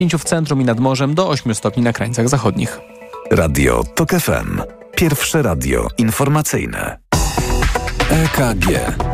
5 w centrum i nad morzem, do 8 stopni na krańcach zachodnich. Radio TOK FM. Pierwsze radio informacyjne. EKG.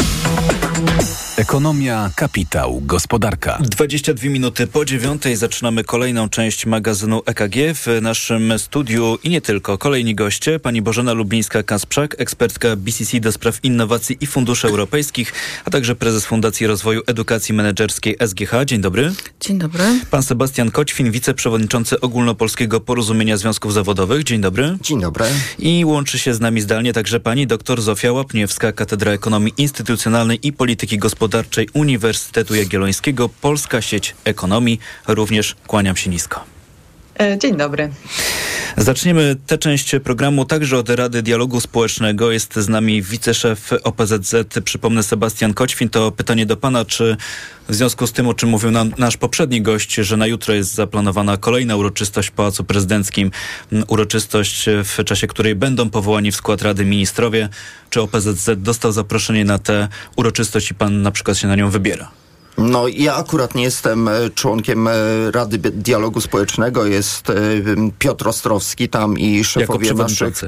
Ekonomia, kapitał, gospodarka. 22 minuty po 9:00 zaczynamy kolejną część magazynu EKG. W naszym studiu i nie tylko kolejni goście. Pani Bożena Lublińska-Kasprzak, ekspertka BCC do spraw innowacji i funduszy europejskich, a także prezes Fundacji Rozwoju Edukacji Menedżerskiej SGH. Dzień dobry. Dzień dobry. Pan Sebastian Koćwin, wiceprzewodniczący Ogólnopolskiego Porozumienia Związków Zawodowych. Dzień dobry. Dzień dobry. I łączy się z nami zdalnie także pani dr Zofia Łapniewska, Katedra Ekonomii Instytucjonalnej i Polityki Gospodarczej Uniwersytetu Jagiellońskiego, Polska Sieć Ekonomii. Również kłaniam się nisko. Dzień dobry. Zaczniemy tę część programu także od Rady Dialogu Społecznego. Jest z nami wiceszef OPZZ, przypomnę, Sebastian Koćwin. To pytanie do pana, czy w związku z tym, o czym mówił nam nasz poprzedni gość, że na jutro jest zaplanowana kolejna uroczystość w Pałacu Prezydenckim, uroczystość, w czasie której będą powołani w skład Rady ministrowie, czy OPZZ dostał zaproszenie na tę uroczystość i pan na przykład się na nią wybiera? No, ja akurat nie jestem członkiem Rady Dialogu Społecznego. Jest Piotr Ostrowski tam i szefowie naszych,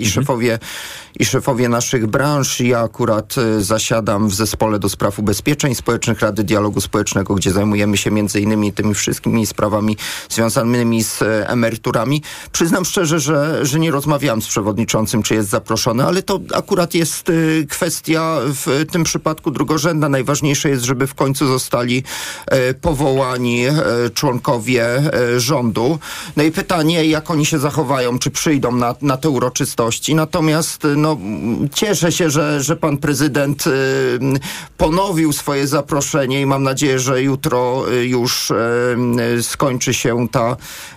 szefowie naszych branż. Ja akurat zasiadam w zespole do spraw ubezpieczeń społecznych Rady Dialogu Społecznego, gdzie zajmujemy się między innymi tymi wszystkimi sprawami związanymi z emeryturami. Przyznam szczerze, że nie rozmawiałam z przewodniczącym, czy jest zaproszony, ale to akurat jest kwestia w tym przypadku drugorzędna. Najważniejsze jest, żeby w końcu zostali powołani członkowie rządu. No i pytanie, jak oni się zachowają, czy przyjdą na te uroczystości. Natomiast cieszę się, że pan prezydent ponowił swoje zaproszenie i mam nadzieję, że jutro już skończy się ta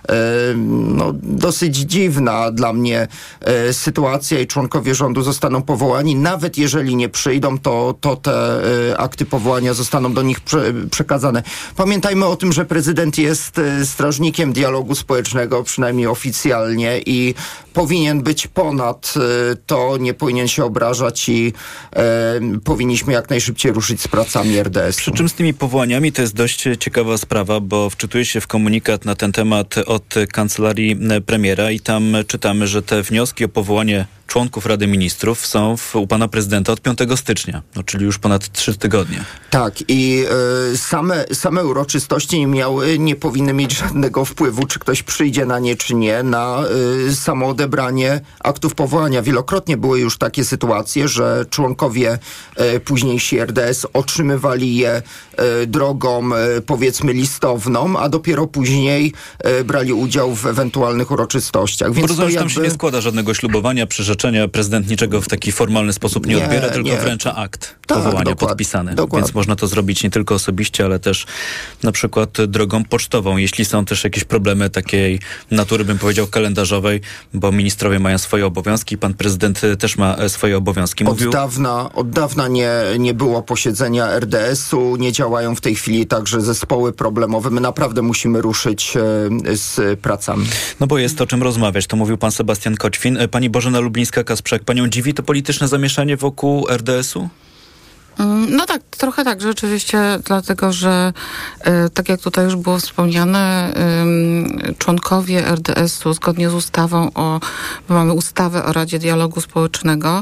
dosyć dziwna dla mnie sytuacja i członkowie rządu zostaną powołani. Nawet jeżeli nie przyjdą, to te akty powołania zostaną do nich przekazane. Pamiętajmy o tym, że prezydent jest strażnikiem dialogu społecznego, przynajmniej oficjalnie, i powinien być ponad to, nie powinien się obrażać i powinniśmy jak najszybciej ruszyć z pracami RDS-u. Przy czym z tymi powołaniami to jest dość ciekawa sprawa, bo wczytuje się w komunikat na ten temat od kancelarii premiera i tam czytamy, że te wnioski o powołanie członków Rady Ministrów są u pana prezydenta od 5 stycznia, czyli już ponad 3 tygodnie. Tak, i same uroczystości nie powinny mieć żadnego wpływu, czy ktoś przyjdzie na nie, czy nie, na samo odebranie aktów powołania. Wielokrotnie były już takie sytuacje, że członkowie późniejsi RDS otrzymywali je drogą, powiedzmy, listowną, a dopiero później brali udział w ewentualnych uroczystościach. Więc rozumiem, że tam się nie składa żadnego ślubowania, przyrzeczenia. Prezydent niczego w taki formalny sposób nie odbiera, tylko wręcza akt powołania podpisany. Więc można to zrobić nie tylko osobiście, ale też na przykład drogą pocztową. Jeśli są też jakieś problemy takiej natury, bym powiedział, kalendarzowej, bo ministrowie mają swoje obowiązki, pan prezydent też ma swoje obowiązki. Od dawna nie było posiedzenia RDS-u, nie działają w tej chwili także zespoły problemowe. My naprawdę musimy ruszyć z pracami. No bo jest o czym rozmawiać. To mówił pan Sebastian Koćwin. Pani Bożena Lublińska-Kasprzak, panią dziwi to polityczne zamieszanie wokół RDS-u? No tak, trochę tak, rzeczywiście, dlatego, że tak jak tutaj już było wspomniane, członkowie RDS-u zgodnie z ustawą bo mamy ustawę o Radzie Dialogu Społecznego,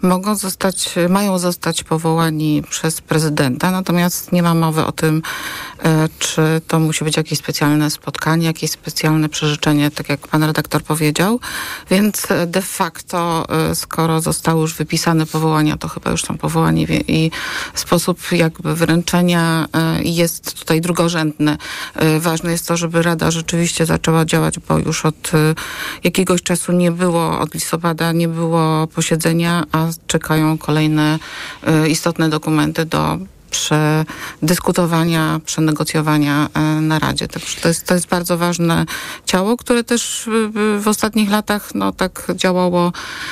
mają zostać powołani przez prezydenta, natomiast nie ma mowy o tym, czy to musi być jakieś specjalne spotkanie, jakieś specjalne przyrzeczenie, tak jak pan redaktor powiedział, więc de facto, skoro zostały już wypisane powołania, to chyba już są powołani i sposób jakby wręczenia jest tutaj drugorzędny. Ważne jest to, żeby Rada rzeczywiście zaczęła działać, bo już od jakiegoś czasu od listopada nie było posiedzenia, a czekają kolejne istotne dokumenty do przedyskutowania, przenegocjowania na Radzie. Także to jest bardzo ważne ciało, które też w ostatnich latach tak działało,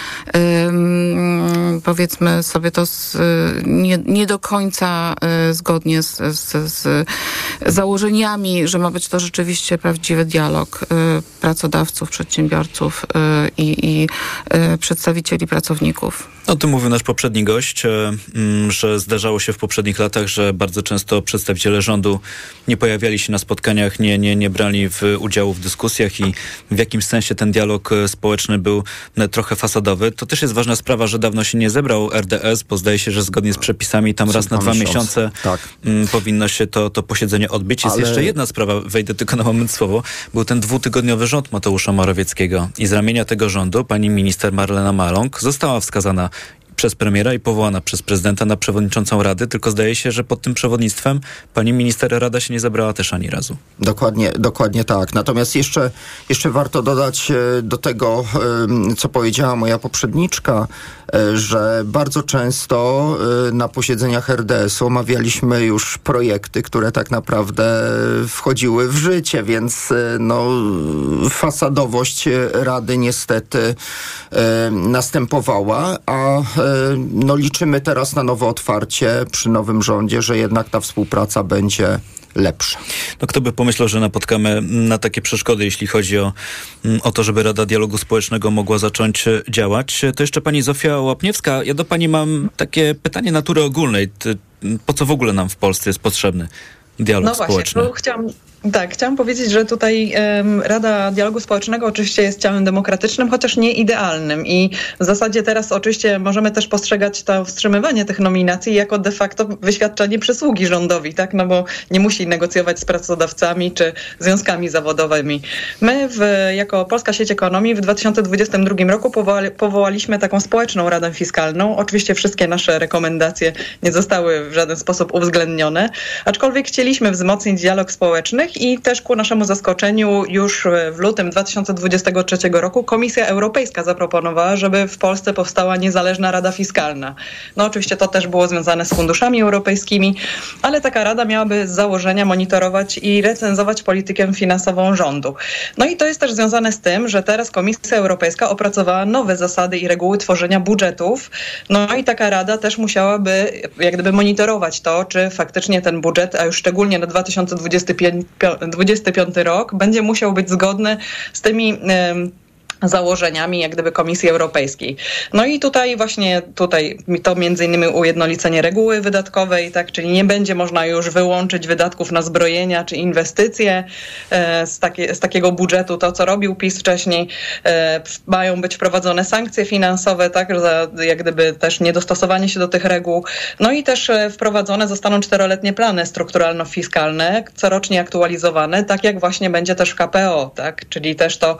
powiedzmy sobie to nie do końca zgodnie z założeniami, że ma być to rzeczywiście prawdziwy dialog pracodawców, przedsiębiorców i przedstawicieli pracowników. O tym mówił nasz poprzedni gość, że zdarzało się w poprzednich latach latach, że bardzo często przedstawiciele rządu nie pojawiali się na spotkaniach, nie brali udziału w dyskusjach i w jakimś sensie ten dialog społeczny był trochę fasadowy. To też jest ważna sprawa, że dawno się nie zebrał RDS, bo zdaje się, że zgodnie z przepisami tam raz na 2 miesiące powinno się to posiedzenie odbyć. Jest jeszcze jedna sprawa, wejdę tylko na moment słowo. Był ten 2-tygodniowy rząd Mateusza Morawieckiego i z ramienia tego rządu pani minister Marlena Maląg została wskazana przez premiera i powołana przez prezydenta na przewodniczącą Rady, tylko zdaje się, że pod tym przewodnictwem pani minister Rada się nie zebrała też ani razu. Dokładnie tak. Natomiast jeszcze warto dodać do tego, co powiedziała moja poprzedniczka, że bardzo często na posiedzeniach RDS-u omawialiśmy już projekty, które tak naprawdę wchodziły w życie, więc fasadowość Rady niestety następowała, a liczymy teraz na nowe otwarcie przy nowym rządzie, że jednak ta współpraca będzie lepsza. Kto by pomyślał, że napotkamy na takie przeszkody, jeśli chodzi o to, żeby Rada Dialogu Społecznego mogła zacząć działać. To jeszcze pani Zofia Łapniewska. Ja do pani mam takie pytanie natury ogólnej. Po co w ogóle nam w Polsce jest potrzebny dialog społeczny? Chciałam powiedzieć, że tutaj Rada Dialogu Społecznego oczywiście jest ciałem demokratycznym, chociaż nie idealnym i w zasadzie teraz oczywiście możemy też postrzegać to wstrzymywanie tych nominacji jako de facto wyświadczenie przysługi rządowi, tak? Bo nie musi negocjować z pracodawcami czy związkami zawodowymi. My jako Polska Sieć Ekonomii w 2022 roku powołaliśmy taką społeczną Radę Fiskalną. Oczywiście wszystkie nasze rekomendacje nie zostały w żaden sposób uwzględnione, aczkolwiek chcieliśmy wzmocnić dialog społeczny i też ku naszemu zaskoczeniu już w lutym 2023 roku Komisja Europejska zaproponowała, żeby w Polsce powstała niezależna Rada Fiskalna. Oczywiście to też było związane z funduszami europejskimi, ale taka rada miałaby z założenia monitorować i recenzować politykę finansową rządu. I to jest też związane z tym, że teraz Komisja Europejska opracowała nowe zasady i reguły tworzenia budżetów. I taka rada też musiałaby jak gdyby monitorować to, czy faktycznie ten budżet, a już szczególnie na 2025 rok będzie musiał być zgodny z tymi założeniami jak gdyby Komisji Europejskiej. I tutaj to między innymi ujednolicenie reguły wydatkowej, tak, czyli nie będzie można już wyłączyć wydatków na zbrojenia czy inwestycje z takiego budżetu. To, co robił PiS wcześniej, mają być wprowadzone sankcje finansowe, tak, za jak gdyby też niedostosowanie się do tych reguł. I też wprowadzone zostaną 4-letnie plany strukturalno-fiskalne, corocznie aktualizowane, tak jak właśnie będzie też w KPO, tak, czyli też to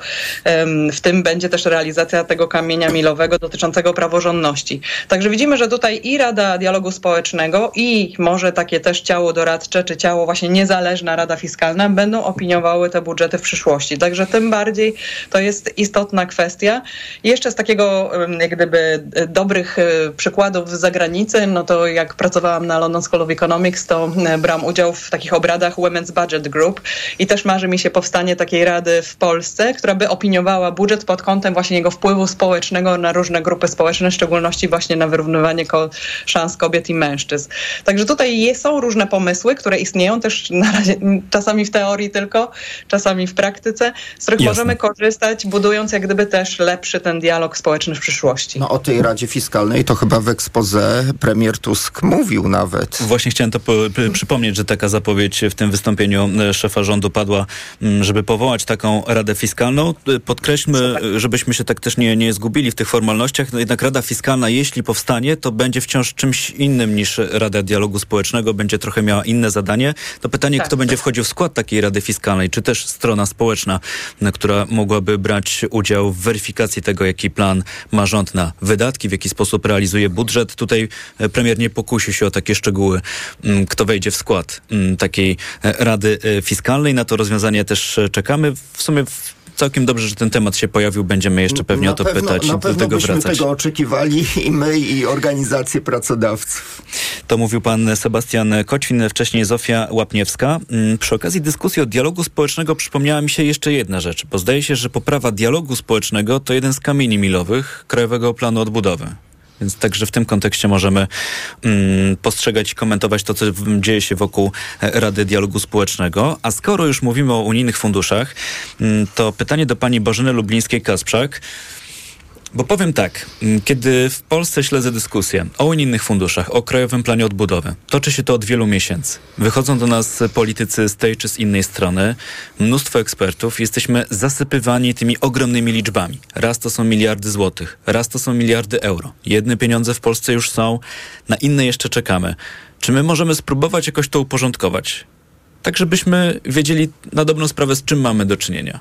w tym będzie też realizacja tego kamienia milowego dotyczącego praworządności. Także widzimy, że tutaj i Rada Dialogu Społecznego i może takie też ciało doradcze, czy ciało właśnie niezależna Rada Fiskalna będą opiniowały te budżety w przyszłości. Także tym bardziej to jest istotna kwestia. I jeszcze z takiego jak gdyby dobrych przykładów z zagranicy, to jak pracowałam na London School of Economics, to brałam udział w takich obradach Women's Budget Group i też marzy mi się powstanie takiej rady w Polsce, która by opiniowała budżet pod kątem właśnie jego wpływu społecznego na różne grupy społeczne, w szczególności właśnie na wyrównywanie szans kobiet i mężczyzn. Także tutaj są różne pomysły, które istnieją też na razie, czasami w teorii tylko, czasami w praktyce, z których możemy korzystać, budując jak gdyby też lepszy ten dialog społeczny w przyszłości. O tej Radzie Fiskalnej to chyba w exposé premier Tusk mówił nawet. Właśnie chciałem to przypomnieć, że taka zapowiedź w tym wystąpieniu szefa rządu padła, żeby powołać taką Radę Fiskalną. Podkreślmy, żebyśmy się tak też nie zgubili w tych formalnościach. Jednak Rada Fiskalna, jeśli powstanie, to będzie wciąż czymś innym niż Rada Dialogu Społecznego. Będzie trochę miała inne zadanie. To pytanie, kto będzie wchodził w skład takiej Rady Fiskalnej, czy też strona społeczna, która mogłaby brać udział w weryfikacji tego, jaki plan ma rząd na wydatki, w jaki sposób realizuje budżet. Tutaj premier nie pokusi się o takie szczegóły, kto wejdzie w skład takiej Rady Fiskalnej. Na to rozwiązanie też czekamy. W sumie całkiem dobrze, że ten temat się pojawił. Będziemy jeszcze pewnie o to pytać i do tego wracać. Na pewno byśmy tego oczekiwali i my, i organizacje pracodawców. To mówił pan Sebastian Koćwin, wcześniej Zofia Łapniewska. Przy okazji dyskusji o dialogu społecznego przypomniała mi się jeszcze jedna rzecz, bo zdaje się, że poprawa dialogu społecznego to jeden z kamieni milowych Krajowego Planu Odbudowy. Więc także w tym kontekście możemy postrzegać i komentować to, co dzieje się wokół Rady Dialogu Społecznego. A skoro już mówimy o unijnych funduszach, to pytanie do pani Bożyny Lublińskiej-Kasprzak. Bo powiem tak, kiedy w Polsce śledzę dyskusję o unijnych funduszach, o Krajowym Planie Odbudowy, toczy się to od wielu miesięcy. Wychodzą do nas politycy z tej czy z innej strony, mnóstwo ekspertów, jesteśmy zasypywani tymi ogromnymi liczbami. Raz to są miliardy złotych, raz to są miliardy euro. Jedne pieniądze w Polsce już są, na inne jeszcze czekamy. Czy my możemy spróbować jakoś to uporządkować? Tak, żebyśmy wiedzieli na dobrą sprawę, z czym mamy do czynienia.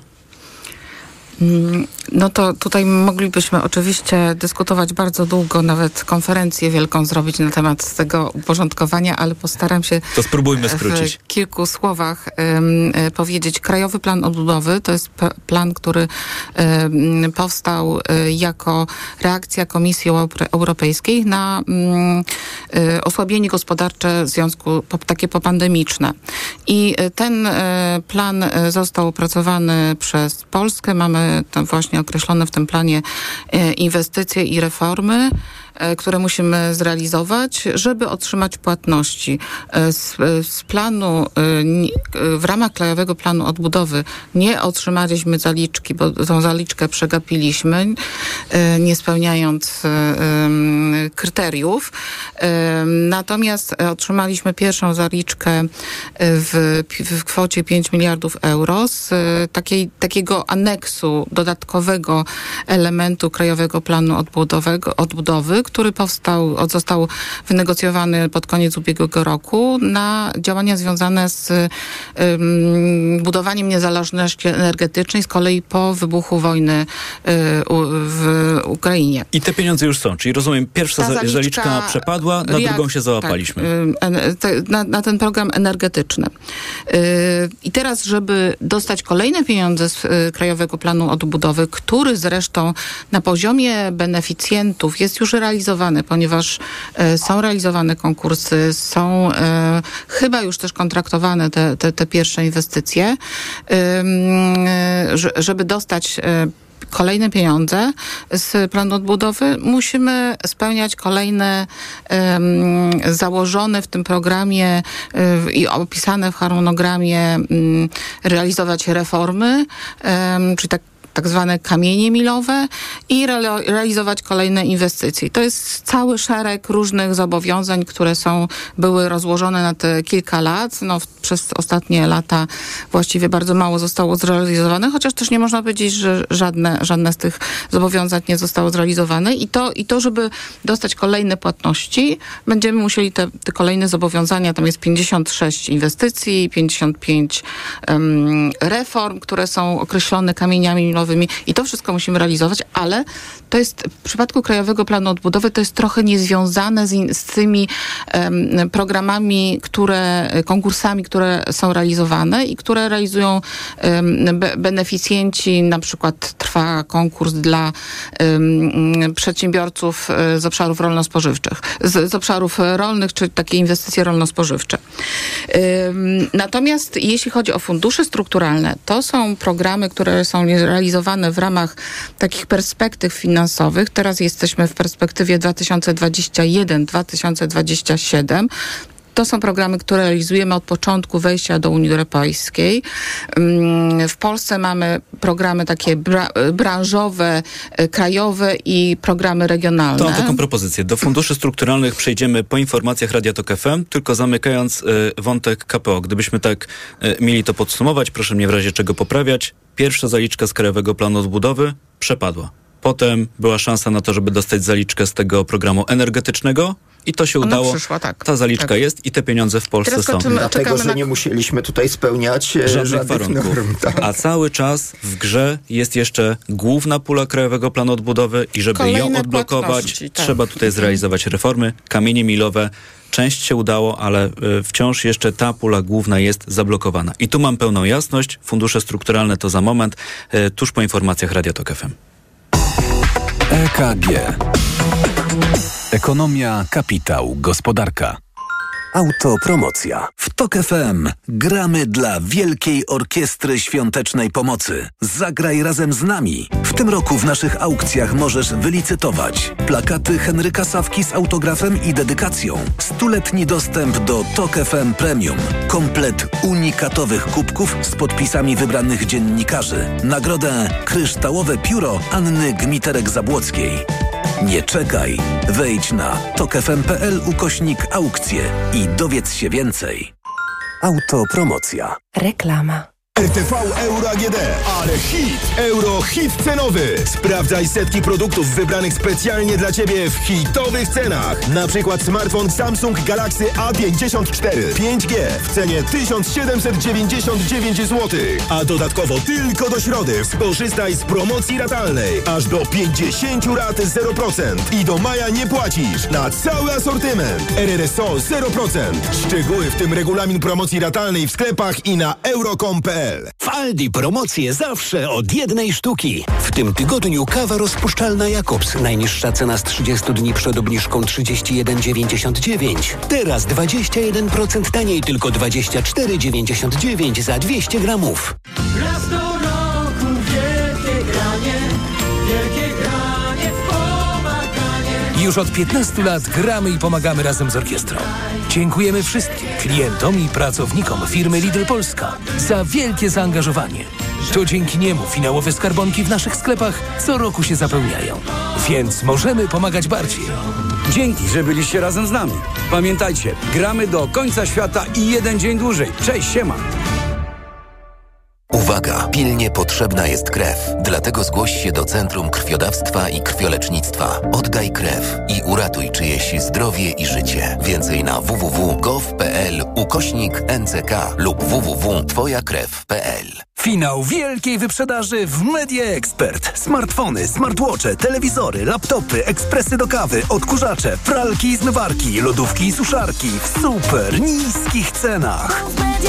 No to tutaj moglibyśmy oczywiście dyskutować bardzo długo, nawet konferencję wielką zrobić na temat tego uporządkowania, ale postaram się to spróbujmy skrócić. W kilku słowach powiedzieć. Krajowy Plan Odbudowy to jest plan, który powstał jako reakcja Komisji Europejskiej na osłabienie gospodarcze w związku takie popandemiczne. I ten plan został opracowany przez Polskę. Mamy tam właśnie określone w tym planie inwestycje i reformy, które musimy zrealizować, żeby otrzymać płatności. Z planu, w ramach Krajowego Planu Odbudowy nie otrzymaliśmy zaliczki, bo tą zaliczkę przegapiliśmy, nie spełniając kryteriów. Natomiast otrzymaliśmy pierwszą zaliczkę w kwocie 5 miliardów euro z takiego aneksu dodatkowego elementu Krajowego Planu Odbudowy, który został wynegocjowany pod koniec ubiegłego roku na działania związane z budowaniem niezależności energetycznej z kolei po wybuchu wojny w Ukrainie. I te pieniądze już są, czyli rozumiem, pierwsza zaliczka przepadła, na drugą się załapaliśmy. Tak, na ten program energetyczny. I teraz, żeby dostać kolejne pieniądze z Krajowego Planu Odbudowy, który zresztą na poziomie beneficjentów jest już realizowany, ponieważ są realizowane konkursy, są chyba już też kontraktowane te pierwsze inwestycje, żeby dostać kolejne pieniądze z planu odbudowy, musimy spełniać kolejne założone w tym programie i opisane w harmonogramie realizować reformy, czyli tak zwane kamienie milowe i realizować kolejne inwestycje. To jest cały szereg różnych zobowiązań, które były rozłożone na te kilka lat. Przez ostatnie lata właściwie bardzo mało zostało zrealizowane, chociaż też nie można powiedzieć, że żadne z tych zobowiązań nie zostało zrealizowane. I to, żeby dostać kolejne płatności, będziemy musieli te kolejne zobowiązania, tam jest 56 inwestycji, 55 reform, które są określone kamieniami milowymi, i to wszystko musimy realizować, ale to jest w przypadku Krajowego Planu Odbudowy to jest trochę niezwiązane z tymi programami, konkursami, które są realizowane i które realizują beneficjenci. Na przykład trwa konkurs dla przedsiębiorców z obszarów rolno-spożywczych, z obszarów rolnych, czy takie inwestycje rolno-spożywcze. Natomiast jeśli chodzi o fundusze strukturalne, to są programy, które są realizowane w ramach takich perspektyw finansowych. Teraz jesteśmy w perspektywie 2021-2027. To są programy, które realizujemy od początku wejścia do Unii Europejskiej. W Polsce mamy programy takie branżowe, krajowe i programy regionalne. To mam taką propozycję. Do funduszy strukturalnych przejdziemy po informacjach Radia Tok FM, tylko zamykając wątek KPO. Gdybyśmy tak mieli to podsumować, proszę mnie w razie czego poprawiać. Pierwsza zaliczka z Krajowego Planu Odbudowy przepadła. Potem była szansa na to, żeby dostać zaliczkę z tego programu energetycznego i to się udało. Przyszła, tak. Ta zaliczka jest i te pieniądze w Polsce są. Dlatego, że nie musieliśmy tutaj spełniać żadnych warunków. Norm. Tak. A cały czas w grze jest jeszcze główna pula Krajowego Planu Odbudowy i żeby ją odblokować, trzeba tutaj zrealizować reformy, kamienie milowe. Część się udało, ale wciąż jeszcze ta pula główna jest zablokowana. I tu mam pełną jasność. Fundusze strukturalne to za moment, tuż po informacjach Radia Tok FM. EKG. Ekonomia, kapitał, gospodarka. Autopromocja. W TOK FM gramy dla Wielkiej Orkiestry Świątecznej Pomocy. Zagraj razem z nami. W tym roku w naszych aukcjach możesz wylicytować plakaty Henryka Sawki z autografem i dedykacją, 100-letni dostęp do TOK FM Premium, komplet unikatowych kubków z podpisami wybranych dziennikarzy, nagrodę Kryształowe Pióro Anny Gmiterek-Zabłockiej. Nie czekaj. Wejdź na tokfm.pl/aukcje i dowiedz się więcej. Autopromocja. Reklama. RTV Euro AGD, ale hit! Euro hit cenowy! Sprawdzaj setki produktów wybranych specjalnie dla Ciebie w hitowych cenach. Na przykład smartfon Samsung Galaxy A54 5G w cenie 1799 zł. A dodatkowo tylko do środy skorzystaj z promocji ratalnej. Aż do 50 rat 0% i do maja nie płacisz na cały asortyment. RRSO 0%. Szczegóły, w tym regulamin promocji ratalnej w sklepach i na euro.com.pl. W Aldi promocje zawsze od 1 sztuki. W tym tygodniu kawa rozpuszczalna Jakobs. Najniższa cena z 30 dni przed obniżką 31,99. Teraz 21% taniej, tylko 24,99 za 200 gramów. Raz do roku wielkie granie w pomaganie. Już od 15 lat gramy i pomagamy razem z orkiestrą. Dziękujemy wszystkim klientom i pracownikom firmy Lidl Polska za wielkie zaangażowanie. To dzięki niemu finałowe skarbonki w naszych sklepach co roku się zapełniają. Więc możemy pomagać bardziej. Dzięki, że byliście razem z nami. Pamiętajcie, gramy do końca świata i jeden dzień dłużej. Cześć, siema! Uwaga! Pilnie potrzebna jest krew. Dlatego zgłoś się do Centrum Krwiodawstwa i Krwiolecznictwa. Oddaj krew i uratuj czyjeś zdrowie i życie. Więcej na www.gov.pl/NCK lub www.twojakrew.pl. Finał wielkiej wyprzedaży w Media Expert. Smartfony, smartwatche, telewizory, laptopy, ekspresy do kawy, odkurzacze, pralki i zmywarki, lodówki i suszarki w super niskich cenach.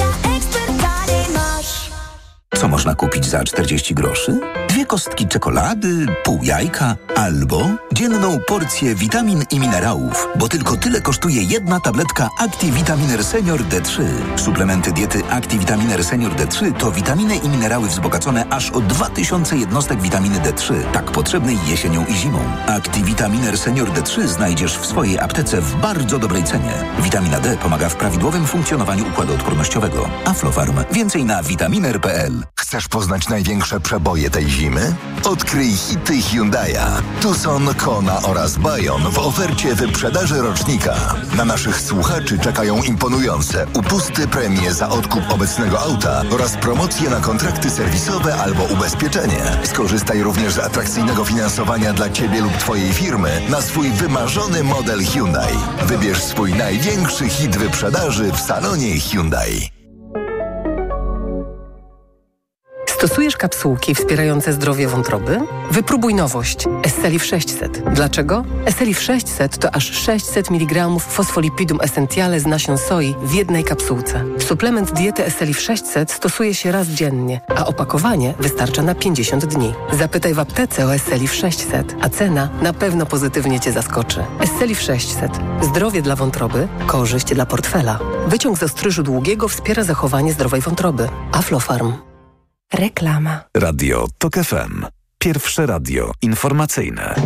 Co można kupić za 40 groszy? 2 kostki czekolady, pół jajka albo dzienną porcję witamin i minerałów, bo tylko tyle kosztuje jedna tabletka ActiVitaminer Senior D3. Suplementy diety ActiVitaminer Senior D3 to witaminy i minerały wzbogacone aż o 2000 jednostek witaminy D3, tak potrzebnej jesienią i zimą. ActiVitaminer Senior D3 znajdziesz w swojej aptece w bardzo dobrej cenie. Witamina D pomaga w prawidłowym funkcjonowaniu układu odpornościowego. Aflofarm. Więcej na vitaminer.pl. Chcesz poznać największe przeboje tej zimy? Odkryj hity Hyundai'a. Tucson, Kona oraz Bayon w ofercie wyprzedaży rocznika. Na naszych słuchaczy czekają imponujące upusty, premie za odkup obecnego auta oraz promocje na kontrakty serwisowe albo ubezpieczenie. Skorzystaj również z atrakcyjnego finansowania dla Ciebie lub Twojej firmy na swój wymarzony model Hyundai. Wybierz swój największy hit wyprzedaży w salonie Hyundai. Stosujesz kapsułki wspierające zdrowie wątroby? Wypróbuj nowość Esselif 600. Dlaczego? Esselif 600 to aż 600 mg fosfolipidum essentiale z nasion soi w jednej kapsułce. Suplement diety Esselif 600 stosuje się raz dziennie, a opakowanie wystarcza na 50 dni. Zapytaj w aptece o Esselif 600, a cena na pewno pozytywnie Cię zaskoczy. Esselif 600. Zdrowie dla wątroby, korzyść dla portfela. Wyciąg z ostryżu długiego wspiera zachowanie zdrowej wątroby. Aflofarm. Reklama. Radio TOK FM. Pierwsze radio informacyjne.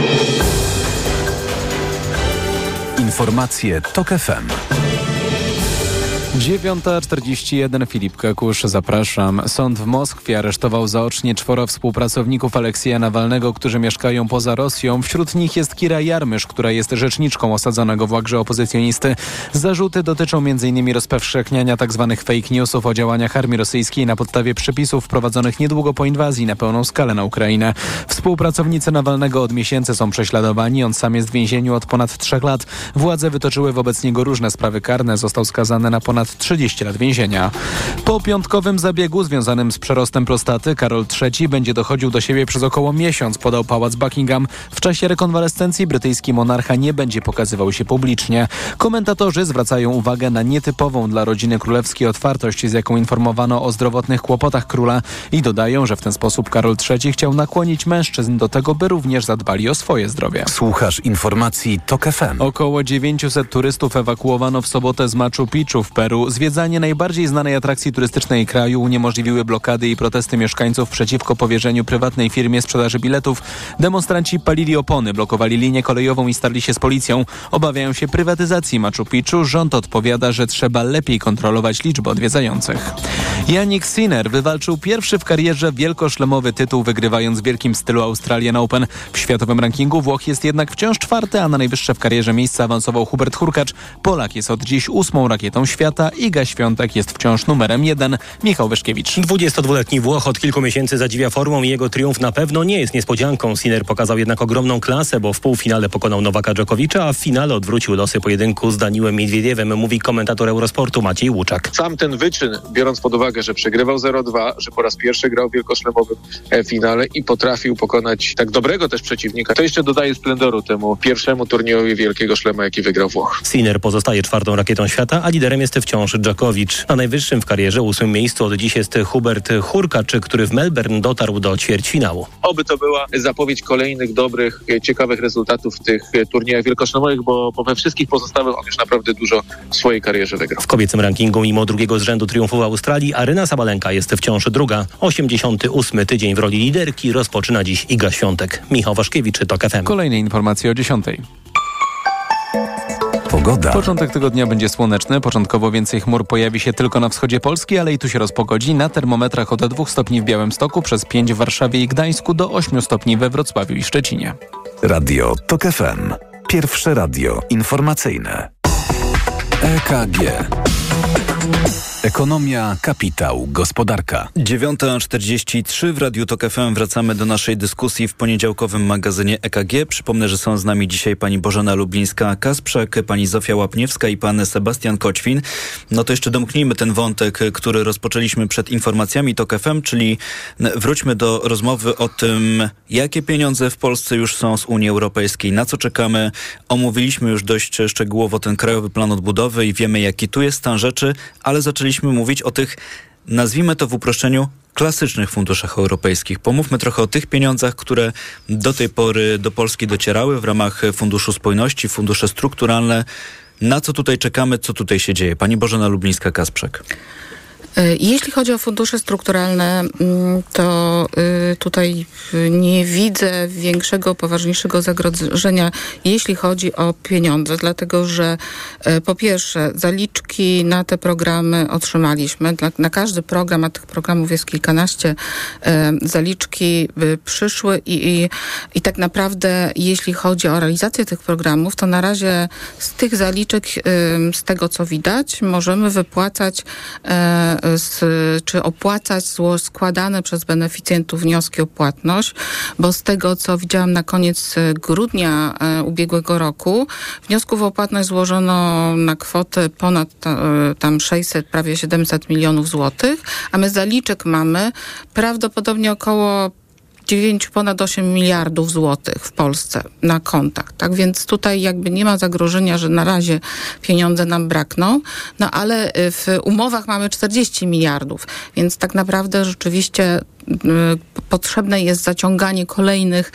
Informacje TOK FM. 9:41, Filip Kakusz, zapraszam. Sąd w Moskwie aresztował zaocznie 4 współpracowników Aleksieja Nawalnego, którzy mieszkają poza Rosją. Wśród nich jest Kira Jarmysz, która jest rzeczniczką osadzonego w łagrze opozycjonisty. Zarzuty dotyczą m.in. rozpowszechniania tzw. fake newsów o działaniach armii rosyjskiej na podstawie przepisów wprowadzonych niedługo po inwazji na pełną skalę na Ukrainę. Współpracownicy Nawalnego od miesięcy są prześladowani. On sam jest w więzieniu od ponad 3 lat. Władze wytoczyły wobec niego różne sprawy karne. Został skazany na ponad ponad 30 lat więzienia. Po piątkowym zabiegu związanym z przerostem prostaty Karol III będzie dochodził do siebie przez około miesiąc, podał pałac Buckingham. W czasie rekonwalescencji brytyjski monarcha nie będzie pokazywał się publicznie. Komentatorzy zwracają uwagę na nietypową dla rodziny królewskiej otwartość, z jaką informowano o zdrowotnych kłopotach króla i dodają, że w ten sposób Karol III chciał nakłonić mężczyzn do tego, by również zadbali o swoje zdrowie. Słuchasz informacji TOK FM. Około 900 turystów ewakuowano w sobotę z Machu Picchu w Peru. Zwiedzanie najbardziej znanej atrakcji turystycznej kraju uniemożliwiły blokady i protesty mieszkańców przeciwko powierzeniu prywatnej firmie sprzedaży biletów. Demonstranci palili opony, blokowali linię kolejową i starli się z policją. Obawiają się prywatyzacji Machu Picchu. Rząd odpowiada, że trzeba lepiej kontrolować liczbę odwiedzających. Jannik Sinner wywalczył pierwszy w karierze wielkoszlemowy tytuł, wygrywając w wielkim stylu Australian Open. W światowym rankingu Włoch jest jednak wciąż czwarty, a na najwyższe w karierze miejsce awansował Hubert Hurkacz. Polak jest od dziś 8. rakietą świata. Iga Świątek jest wciąż numerem 1. Michał Wyszkiewicz. 22-letni Włoch od kilku miesięcy zadziwia formą i jego triumf na pewno nie jest niespodzianką. Sinner pokazał jednak ogromną klasę, bo w półfinale pokonał Nowaka Dżokowicza, a w finale odwrócił losy pojedynku z Daniłem Miedwiediewem, mówi komentator Eurosportu Maciej Łuczak. Sam ten wyczyn, biorąc pod uwagę, że przegrywał 0-2, że po raz pierwszy grał w wielkoszlemowym finale i potrafił pokonać tak dobrego też przeciwnika, to jeszcze dodaje splendoru temu pierwszemu turniejowi wielkiego szlema, jaki wygrał Włoch. Sinner pozostaje 4. rakietą świata, a liderem jest wciąż Dżokowicz. Na najwyższym w karierze 8. miejscu od dziś jest Hubert Hurkacz, który w Melbourne dotarł do ćwierćfinału. Oby to była zapowiedź kolejnych dobrych, ciekawych rezultatów w tych turniejach wielkoszlemowych, bo we wszystkich pozostałych on już naprawdę dużo w swojej karierze wygrał. W kobiecym rankingu mimo drugiego z rzędu triumfu w Australii Aryna Sabalenka jest wciąż druga. 88. tydzień w roli liderki rozpoczyna dziś Iga Świątek. Michał Waszkiewicz, TOK FM. Kolejne informacje o 10. Pogoda. Początek tygodnia będzie słoneczny. Początkowo więcej chmur pojawi się tylko na wschodzie Polski, ale i tu się rozpogodzi. Na termometrach od 2 stopni w Białymstoku, przez 5 w Warszawie i Gdańsku do 8 stopni we Wrocławiu i Szczecinie. Radio TOK FM. Pierwsze radio informacyjne. EKG. Ekonomia, kapitał, gospodarka. 9:43 w Radiu TOK FM. Wracamy do naszej dyskusji w poniedziałkowym magazynie EKG. Przypomnę, że są z nami dzisiaj pani Bożena Lublińska-Kasprzak, pani Zofia Łapniewska i pan Sebastian Koćwin. No to jeszcze domknijmy ten wątek, który rozpoczęliśmy przed informacjami TOK FM, czyli wróćmy do rozmowy o tym, jakie pieniądze w Polsce już są z Unii Europejskiej, na co czekamy. Omówiliśmy już dość szczegółowo ten Krajowy Plan Odbudowy i wiemy, jaki tu jest stan rzeczy, ale zaczęliśmy mówić o tych, nazwijmy to w uproszczeniu, klasycznych funduszach europejskich. Pomówmy trochę o tych pieniądzach, które do tej pory do Polski docierały w ramach Funduszu Spójności, fundusze strukturalne. Na co tutaj czekamy, co tutaj się dzieje? Pani Bożena Lublińska-Kasprzak. Jeśli chodzi o fundusze strukturalne, to tutaj nie widzę większego, poważniejszego zagrożenia, jeśli chodzi o pieniądze, dlatego że po pierwsze zaliczki na te programy otrzymaliśmy. Na każdy program, a tych programów jest kilkanaście, zaliczki przyszły i tak naprawdę jeśli chodzi o realizację tych programów, to na razie z tych zaliczek, z tego co widać, możemy wypłacać czy opłacać składane przez beneficjentów wnioski o płatność, bo z tego, co widziałam na koniec grudnia ubiegłego roku, wniosków o płatność złożono na kwotę ponad tam 600, prawie 700 milionów złotych, a my zaliczek mamy prawdopodobnie około ponad 8 miliardów złotych w Polsce na kontach. Tak więc tutaj jakby nie ma zagrożenia, że na razie pieniądze nam brakną, no ale w umowach mamy 40 miliardów, więc tak naprawdę rzeczywiście potrzebne jest zaciąganie kolejnych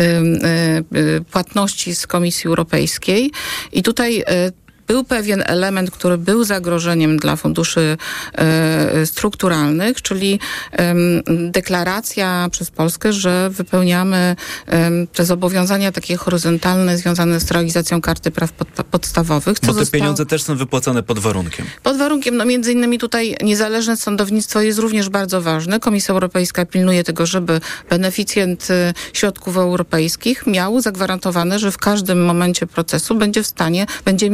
płatności z Komisji Europejskiej i tutaj był pewien element, który był zagrożeniem dla funduszy strukturalnych, czyli deklaracja przez Polskę, że wypełniamy te zobowiązania takie horyzontalne związane z realizacją Karty Praw Podstawowych. Bo te pieniądze też są wypłacane pod warunkiem. Pod warunkiem, no między innymi tutaj niezależne sądownictwo jest również bardzo ważne. Komisja Europejska pilnuje tego, żeby beneficjent środków europejskich miał zagwarantowane, że w każdym momencie procesu będzie miał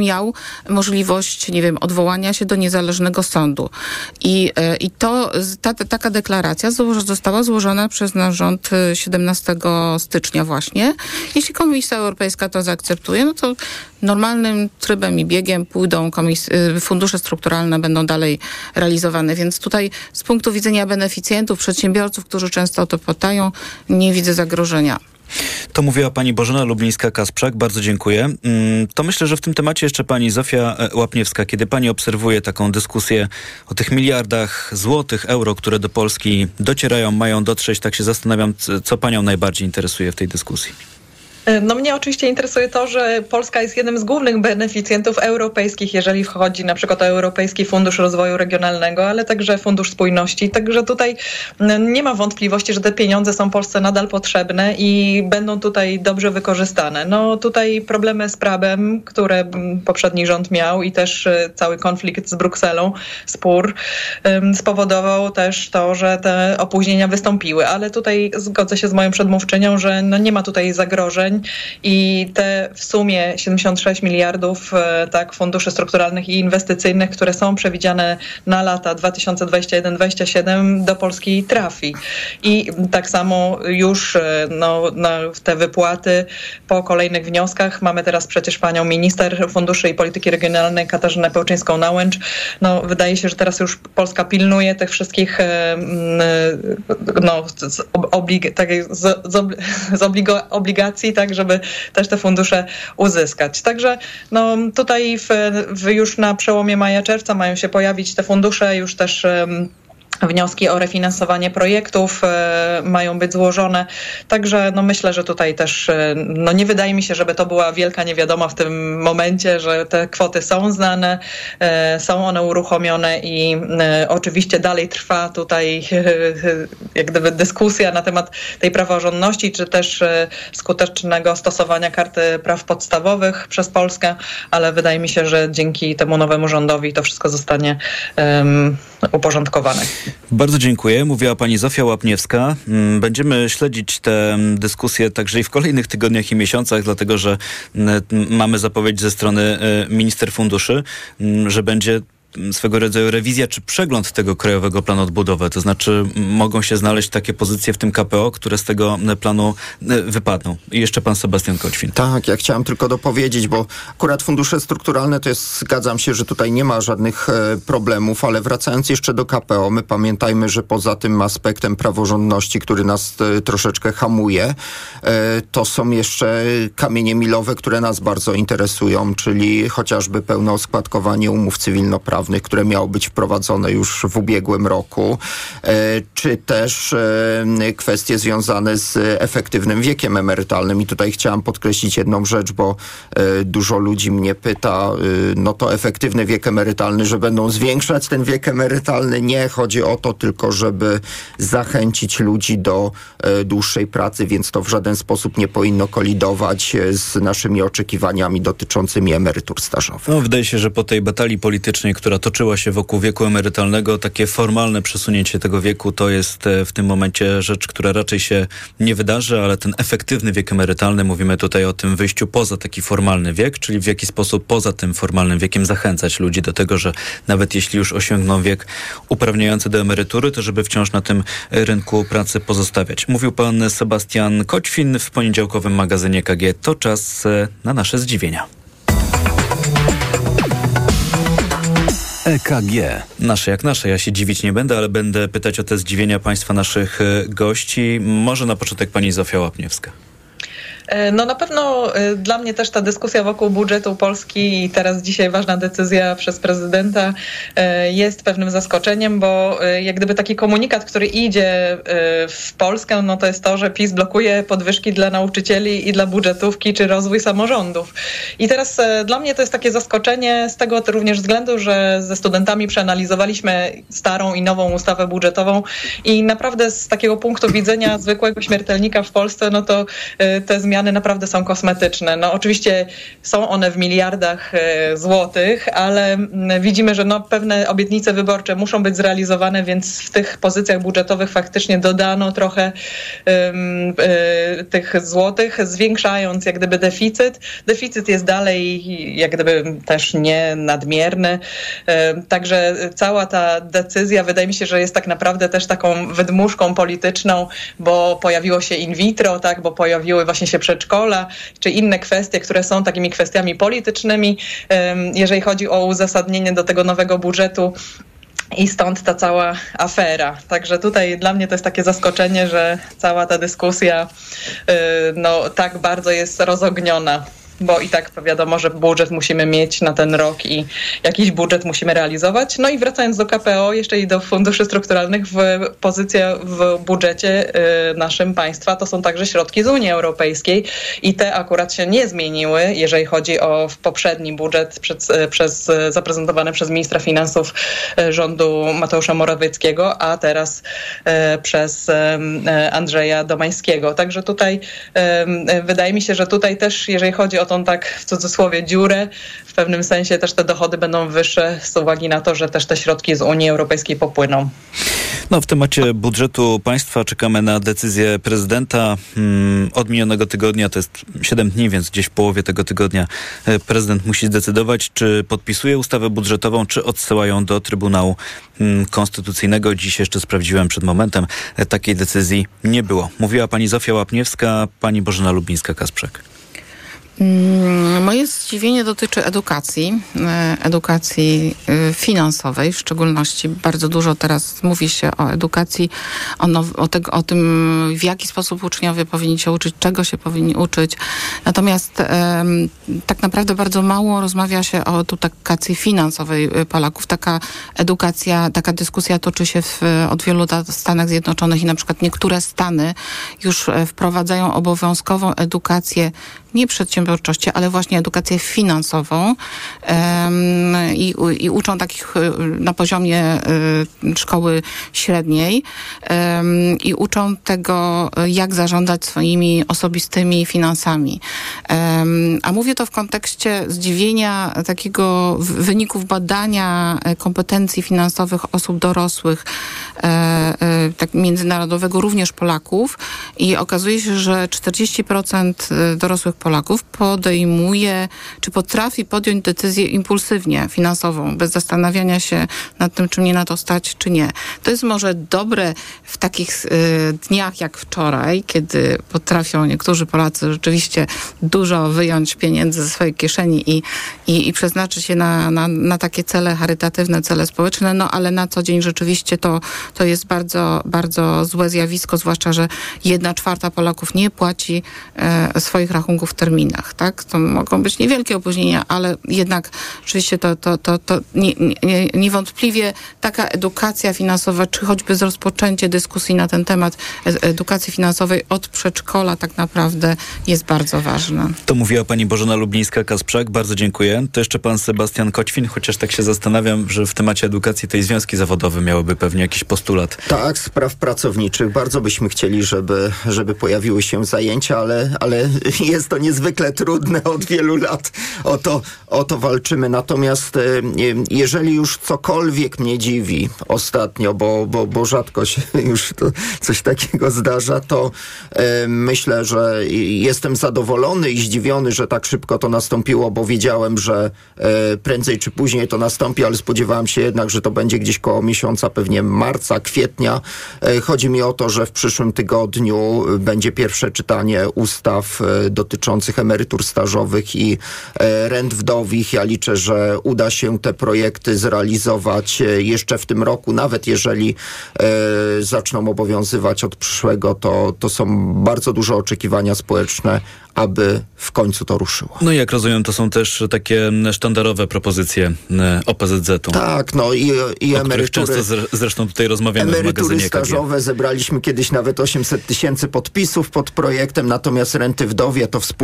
możliwość, nie wiem, odwołania się do niezależnego sądu. I taka deklaracja została złożona przez nasz rząd 17 stycznia właśnie. Jeśli Komisja Europejska to zaakceptuje, no to normalnym trybem i biegiem pójdą fundusze strukturalne, będą dalej realizowane. Więc tutaj z punktu widzenia beneficjentów, przedsiębiorców, którzy często o to pytają, nie widzę zagrożenia. To mówiła pani Bożena Lublińska-Kasprzak. Bardzo dziękuję. To myślę, że w tym temacie jeszcze pani Zofia Łapniewska, kiedy pani obserwuje taką dyskusję o tych miliardach złotych, euro, które do Polski docierają, mają dotrzeć, tak się zastanawiam, co panią najbardziej interesuje w tej dyskusji. No mnie oczywiście interesuje to, że Polska jest jednym z głównych beneficjentów europejskich, jeżeli chodzi na przykład o Europejski Fundusz Rozwoju Regionalnego, ale także Fundusz Spójności. Także tutaj nie ma wątpliwości, że te pieniądze są Polsce nadal potrzebne i będą tutaj dobrze wykorzystane. No tutaj problemy z prawem, które poprzedni rząd miał i też cały konflikt z Brukselą, spór, spowodował też to, że te opóźnienia wystąpiły. Ale tutaj zgodzę się z moją przedmówczynią, że no nie ma tutaj zagrożeń. I te w sumie 76 miliardów funduszy strukturalnych i inwestycyjnych, które są przewidziane na lata 2021-2027 do Polski trafi. I tak samo już na te wypłaty po kolejnych wnioskach. Mamy teraz przecież panią minister funduszy i polityki regionalnej Katarzynę Pełczyńską-Nałęcz. No, wydaje się, że teraz już Polska pilnuje tych wszystkich obligacji, tak, żeby też te fundusze uzyskać. Także tutaj już na przełomie maja-czerwca mają się pojawić te fundusze, już też wnioski o refinansowanie projektów mają być złożone. Także myślę, że tutaj też nie wydaje mi się, żeby to była wielka niewiadoma w tym momencie, że te kwoty są znane, są one uruchomione i oczywiście dalej trwa tutaj jak gdyby dyskusja na temat tej praworządności, czy też skutecznego stosowania Karty Praw Podstawowych przez Polskę, ale wydaje mi się, że dzięki temu nowemu rządowi to wszystko zostanie uporządkowane. Bardzo dziękuję. Mówiła pani Zofia Łapniewska. Będziemy śledzić tę dyskusję także i w kolejnych tygodniach i miesiącach, dlatego że mamy zapowiedź ze strony minister funduszy, że będzie swego rodzaju rewizja czy przegląd tego Krajowego Planu Odbudowy. To znaczy mogą się znaleźć takie pozycje w tym KPO, które z tego planu wypadną. I jeszcze pan Sebastian Koćwin. Tak, ja chciałem tylko dopowiedzieć, bo akurat fundusze strukturalne to jest, zgadzam się, że tutaj nie ma żadnych problemów, ale wracając jeszcze do KPO, my pamiętajmy, że poza tym aspektem praworządności, który nas troszeczkę hamuje, to są jeszcze kamienie milowe, które nas bardzo interesują, czyli chociażby pełne oskładkowanie umów cywilnoprawnych, które miało być wprowadzone już w ubiegłym roku, czy też kwestie związane z efektywnym wiekiem emerytalnym. I tutaj chciałam podkreślić jedną rzecz, bo dużo ludzi mnie pyta, to efektywny wiek emerytalny, że będą zwiększać ten wiek emerytalny. Nie, chodzi o to tylko, żeby zachęcić ludzi do dłuższej pracy, więc to w żaden sposób nie powinno kolidować z naszymi oczekiwaniami dotyczącymi emerytur stażowych. Wydaje się, że po tej batalii politycznej, która toczyła się wokół wieku emerytalnego, takie formalne przesunięcie tego wieku to jest w tym momencie rzecz, która raczej się nie wydarzy, ale ten efektywny wiek emerytalny, mówimy tutaj o tym wyjściu poza taki formalny wiek, czyli w jaki sposób poza tym formalnym wiekiem zachęcać ludzi do tego, że nawet jeśli już osiągną wiek uprawniający do emerytury, to żeby wciąż na tym rynku pracy pozostawiać. Mówił pan Sebastian Koćwin w poniedziałkowym magazynie KG. To czas na nasze zdziwienia. EKG. Nasze jak nasze. Ja się dziwić nie będę, ale będę pytać o te zdziwienia państwa naszych gości. Może na początek pani Zofia Łapniewska. Na pewno dla mnie też ta dyskusja wokół budżetu Polski i teraz dzisiaj ważna decyzja przez prezydenta jest pewnym zaskoczeniem, bo jak gdyby taki komunikat, który idzie w Polskę, to jest to, że PiS blokuje podwyżki dla nauczycieli i dla budżetówki czy rozwój samorządów. I teraz dla mnie to jest takie zaskoczenie z tego również względu, że ze studentami przeanalizowaliśmy starą i nową ustawę budżetową i naprawdę z takiego punktu widzenia zwykłego śmiertelnika w Polsce, to te zmiany zmiany naprawdę są kosmetyczne. No oczywiście są one w miliardach złotych, ale widzimy, że pewne obietnice wyborcze muszą być zrealizowane, więc w tych pozycjach budżetowych faktycznie dodano trochę tych złotych, zwiększając jak gdyby deficyt. Deficyt jest dalej jak gdyby też nie nadmierny. Także cała ta decyzja wydaje mi się, że jest tak naprawdę też taką wydmuszką polityczną, bo pojawiło się in vitro, tak, bo pojawiły właśnie się przedszkola, czy inne kwestie, które są takimi kwestiami politycznymi, jeżeli chodzi o uzasadnienie do tego nowego budżetu. I stąd ta cała afera. Także tutaj dla mnie to jest takie zaskoczenie, że cała ta dyskusja tak bardzo jest rozogniona. Bo i tak wiadomo, że budżet musimy mieć na ten rok i jakiś budżet musimy realizować. No i wracając do KPO, jeszcze i do funduszy strukturalnych, pozycja w budżecie naszym państwa to są także środki z Unii Europejskiej i te akurat się nie zmieniły, jeżeli chodzi o poprzedni budżet zaprezentowany przez ministra finansów rządu Mateusza Morawieckiego, a teraz przez Andrzeja Domańskiego. Także tutaj wydaje mi się, że tutaj też, jeżeli chodzi o tą tak w cudzysłowie dziurę, w pewnym sensie też te dochody będą wyższe z uwagi na to, że też te środki z Unii Europejskiej popłyną. No, w temacie budżetu państwa czekamy na decyzję prezydenta. Od minionego tygodnia to jest 7 dni, więc gdzieś w połowie tego tygodnia prezydent musi zdecydować, czy podpisuje ustawę budżetową, czy odsyła ją do Trybunału Konstytucyjnego. Dziś jeszcze sprawdziłem przed momentem. Takiej decyzji nie było. Mówiła pani Zofia Łapniewska, pani Bożena Lubińska-Kasprzak. Moje zdziwienie dotyczy edukacji finansowej w szczególności. Bardzo dużo teraz mówi się o edukacji, o tym, w jaki sposób uczniowie powinni się uczyć, czego się powinni uczyć. Natomiast tak naprawdę bardzo mało rozmawia się o edukacji finansowej Polaków. Taka dyskusja toczy się od wielu lat w Stanach Zjednoczonych i na przykład niektóre stany już wprowadzają obowiązkową edukację nie przedsiębiorczości, ale właśnie edukację finansową i uczą takich na poziomie szkoły średniej i uczą tego, jak zarządzać swoimi osobistymi finansami. A mówię to w kontekście zdziwienia takiego wyników badania kompetencji finansowych osób dorosłych, tak międzynarodowego, również Polaków, i okazuje się, że 40% dorosłych Polaków podejmuje, czy potrafi podjąć decyzję impulsywnie finansową, bez zastanawiania się nad tym, czy mnie na to stać, czy nie. To jest może dobre w takich dniach jak wczoraj, kiedy potrafią niektórzy Polacy rzeczywiście dużo wyjąć pieniędzy ze swojej kieszeni i przeznaczyć je na takie cele charytatywne, cele społeczne, no ale na co dzień rzeczywiście to jest bardzo, bardzo złe zjawisko, zwłaszcza, że 1/4 Polaków nie płaci swoich rachunków w terminach, tak? To mogą być niewielkie opóźnienia, ale jednak oczywiście to niewątpliwie taka edukacja finansowa, czy choćby rozpoczęcie dyskusji na ten temat edukacji finansowej od przedszkola tak naprawdę jest bardzo ważne. To mówiła pani Bożena Lubińska-Kasprzak. Bardzo dziękuję. To jeszcze pan Sebastian Koćwin, chociaż tak się zastanawiam, że w temacie edukacji tej związki zawodowe miałyby pewnie jakiś postulat. Tak, spraw pracowniczych. Bardzo byśmy chcieli, żeby pojawiły się zajęcia, ale jest to niezwykle trudne. Od wielu lat o to walczymy. Natomiast jeżeli już cokolwiek mnie dziwi ostatnio, bo rzadko się już to coś takiego zdarza, to myślę, że jestem zadowolony i zdziwiony, że tak szybko to nastąpiło, bo wiedziałem, że prędzej czy później to nastąpi, ale spodziewałem się jednak, że to będzie gdzieś koło miesiąca, pewnie marca, kwietnia. Chodzi mi o to, że w przyszłym tygodniu będzie pierwsze czytanie ustaw dotyczących emerytur stażowych i rent wdowich. Ja liczę, że uda się te projekty zrealizować jeszcze w tym roku, nawet jeżeli zaczną obowiązywać od przyszłego, to są bardzo duże oczekiwania społeczne, aby w końcu to ruszyło. No i jak rozumiem, to są też takie sztandarowe propozycje OPZZ-u. Tak, no i emerytury. Często zresztą tutaj rozmawiamy w magazynie Emerytury stażowe, zebraliśmy kiedyś nawet 800 000 podpisów pod projektem, natomiast renty wdowie to wspólnie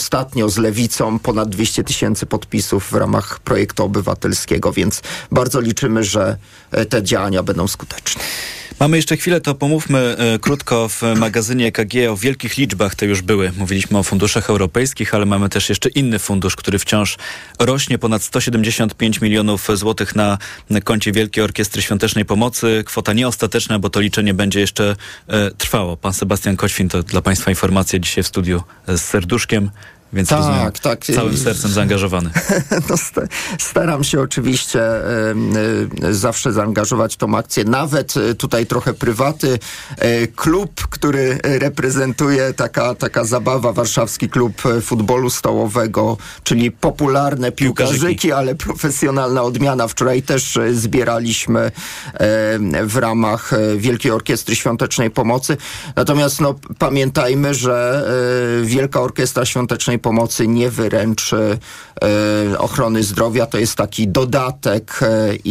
ostatnio z Lewicą ponad 200 000 podpisów w ramach projektu obywatelskiego, więc bardzo liczymy, że te działania będą skuteczne. Mamy jeszcze chwilę, to pomówmy krótko w magazynie EKG o wielkich liczbach, te już były. Mówiliśmy o funduszach europejskich, ale mamy też jeszcze inny fundusz, który wciąż rośnie, ponad 175 milionów złotych na koncie Wielkiej Orkiestry Świątecznej Pomocy. Kwota nieostateczna, bo to liczenie będzie jeszcze trwało. Pan Sebastian Koćwin, to dla Państwa informacja, dzisiaj w studiu z serduszkiem. Więc rozumiem, całym sercem zaangażowany. No, staram się oczywiście zawsze zaangażować w tą akcję. Nawet tutaj trochę prywaty. Klub, który reprezentuje, taka zabawa, Warszawski Klub Futbolu Stołowego, czyli popularne piłkarzyki, ale profesjonalna odmiana. Wczoraj też zbieraliśmy w ramach Wielkiej Orkiestry Świątecznej Pomocy. Natomiast pamiętajmy, że Wielka Orkiestra Świątecznej Pomocy nie wyręczy ochrony zdrowia. To jest taki dodatek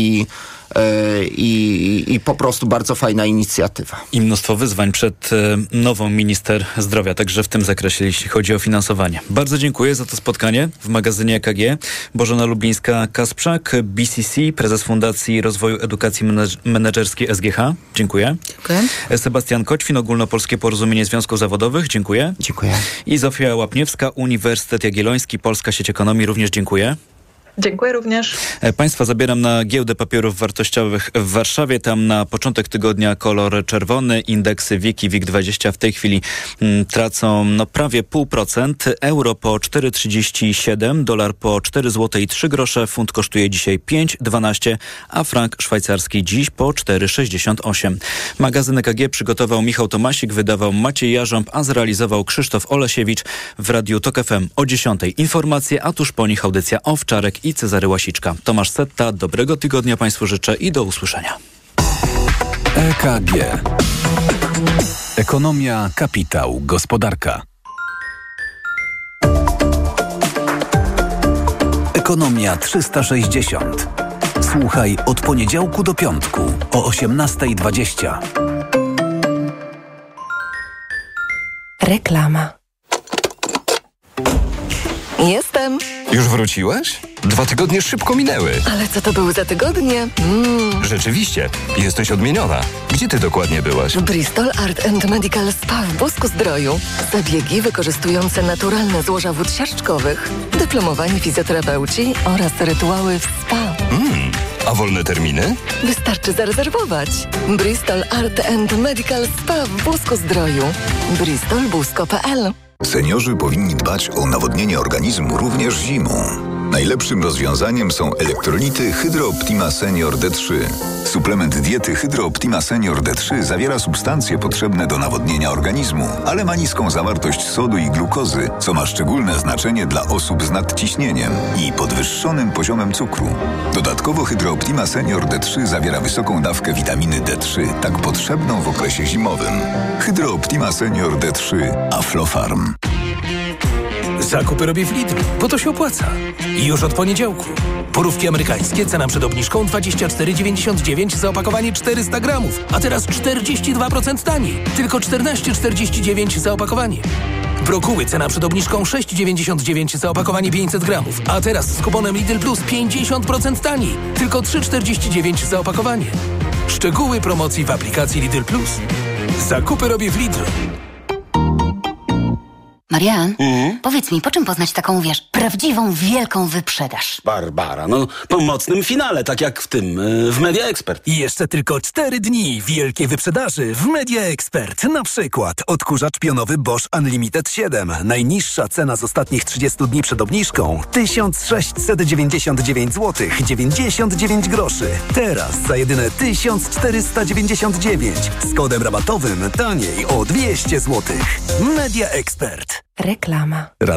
i po prostu bardzo fajna inicjatywa. I mnóstwo wyzwań przed nową minister zdrowia, także w tym zakresie, jeśli chodzi o finansowanie. Bardzo dziękuję za to spotkanie w magazynie EKG. Bożena Lublińska-Kasprzak, BCC, prezes Fundacji Rozwoju Edukacji Menedżerskiej SGH. Dziękuję. Dziękuję. Sebastian Koćwin, Ogólnopolskie Porozumienie Związków Zawodowych. Dziękuję. Dziękuję. I Zofia Łapniewska, Uniwersytet Jagielloński, Polska Sieć Ekonomii. Również dziękuję. Dziękuję również. Państwa zabieram na Giełdę Papierów Wartościowych w Warszawie. Tam na początek tygodnia kolor czerwony. Indeksy WIG i WIG20 w tej chwili tracą prawie 0,5%. Euro po 4,37, dolar po 4 zł i 3 grosze. Funt kosztuje dzisiaj 5,12, a frank szwajcarski dziś po 4,68. Magazyn EKG przygotował Michał Tomasik, wydawał Maciej Jarząb, a zrealizował Krzysztof Olesiewicz. W Radiu TOK FM o 10:00 informacje, a tuż po nich audycja Owczarek i Cezary Łasiczka. Tomasz Setta, dobrego tygodnia Państwu życzę i do usłyszenia. EKG. Ekonomia, kapitał, gospodarka. Ekonomia 360. Słuchaj od poniedziałku do piątku o 18:20. Reklama. Jestem. Już wróciłaś? 2 tygodnie szybko minęły. Ale co to były za tygodnie? Rzeczywiście, jesteś odmieniona. Gdzie ty dokładnie byłaś? Bristol Art and Medical Spa w Bosku-Zdroju. Zabiegi wykorzystujące naturalne złoża wód siarczkowych, dyplomowani fizjoterapeuci oraz rytuały w spa. A wolne terminy? Wystarczy zarezerwować. Bristol Art and Medical Spa w Bosku-Zdroju. bristolbusko.pl. Seniorzy powinni dbać o nawodnienie organizmu również zimą. Najlepszym rozwiązaniem są elektrolity Hydro Optima Senior D3. Suplement diety Hydro Optima Senior D3 zawiera substancje potrzebne do nawodnienia organizmu, ale ma niską zawartość sodu i glukozy, co ma szczególne znaczenie dla osób z nadciśnieniem i podwyższonym poziomem cukru. Dodatkowo Hydro Optima Senior D3 zawiera wysoką dawkę witaminy D3, tak potrzebną w okresie zimowym. Hydro Optima Senior D3 Aflofarm. Zakupy robię w Lidlu, bo to się opłaca. I już od poniedziałku. Porówki amerykańskie, cena przed obniżką 24,99 za opakowanie 400 gramów, a teraz 42% taniej. Tylko 14,49 za opakowanie. Brokuły, cena przed obniżką 6,99 za opakowanie 500 gramów, a teraz z kuponem Lidl Plus 50% taniej. Tylko 3,49 za opakowanie. Szczegóły promocji w aplikacji Lidl Plus. Zakupy robię w Lidlu. Marian, powiedz mi, po czym poznać taką, prawdziwą, wielką wyprzedaż? Barbara, po mocnym finale, tak jak w tym, w Media Expert. I jeszcze tylko 4 dni wielkiej wyprzedaży w Media Expert. Na przykład odkurzacz pionowy Bosch Unlimited 7. Najniższa cena z ostatnich 30 dni przed obniżką 1699 zł 99 groszy. Teraz za jedyne 1499. Z kodem rabatowym taniej o 200 zł. Media Expert. Reklama.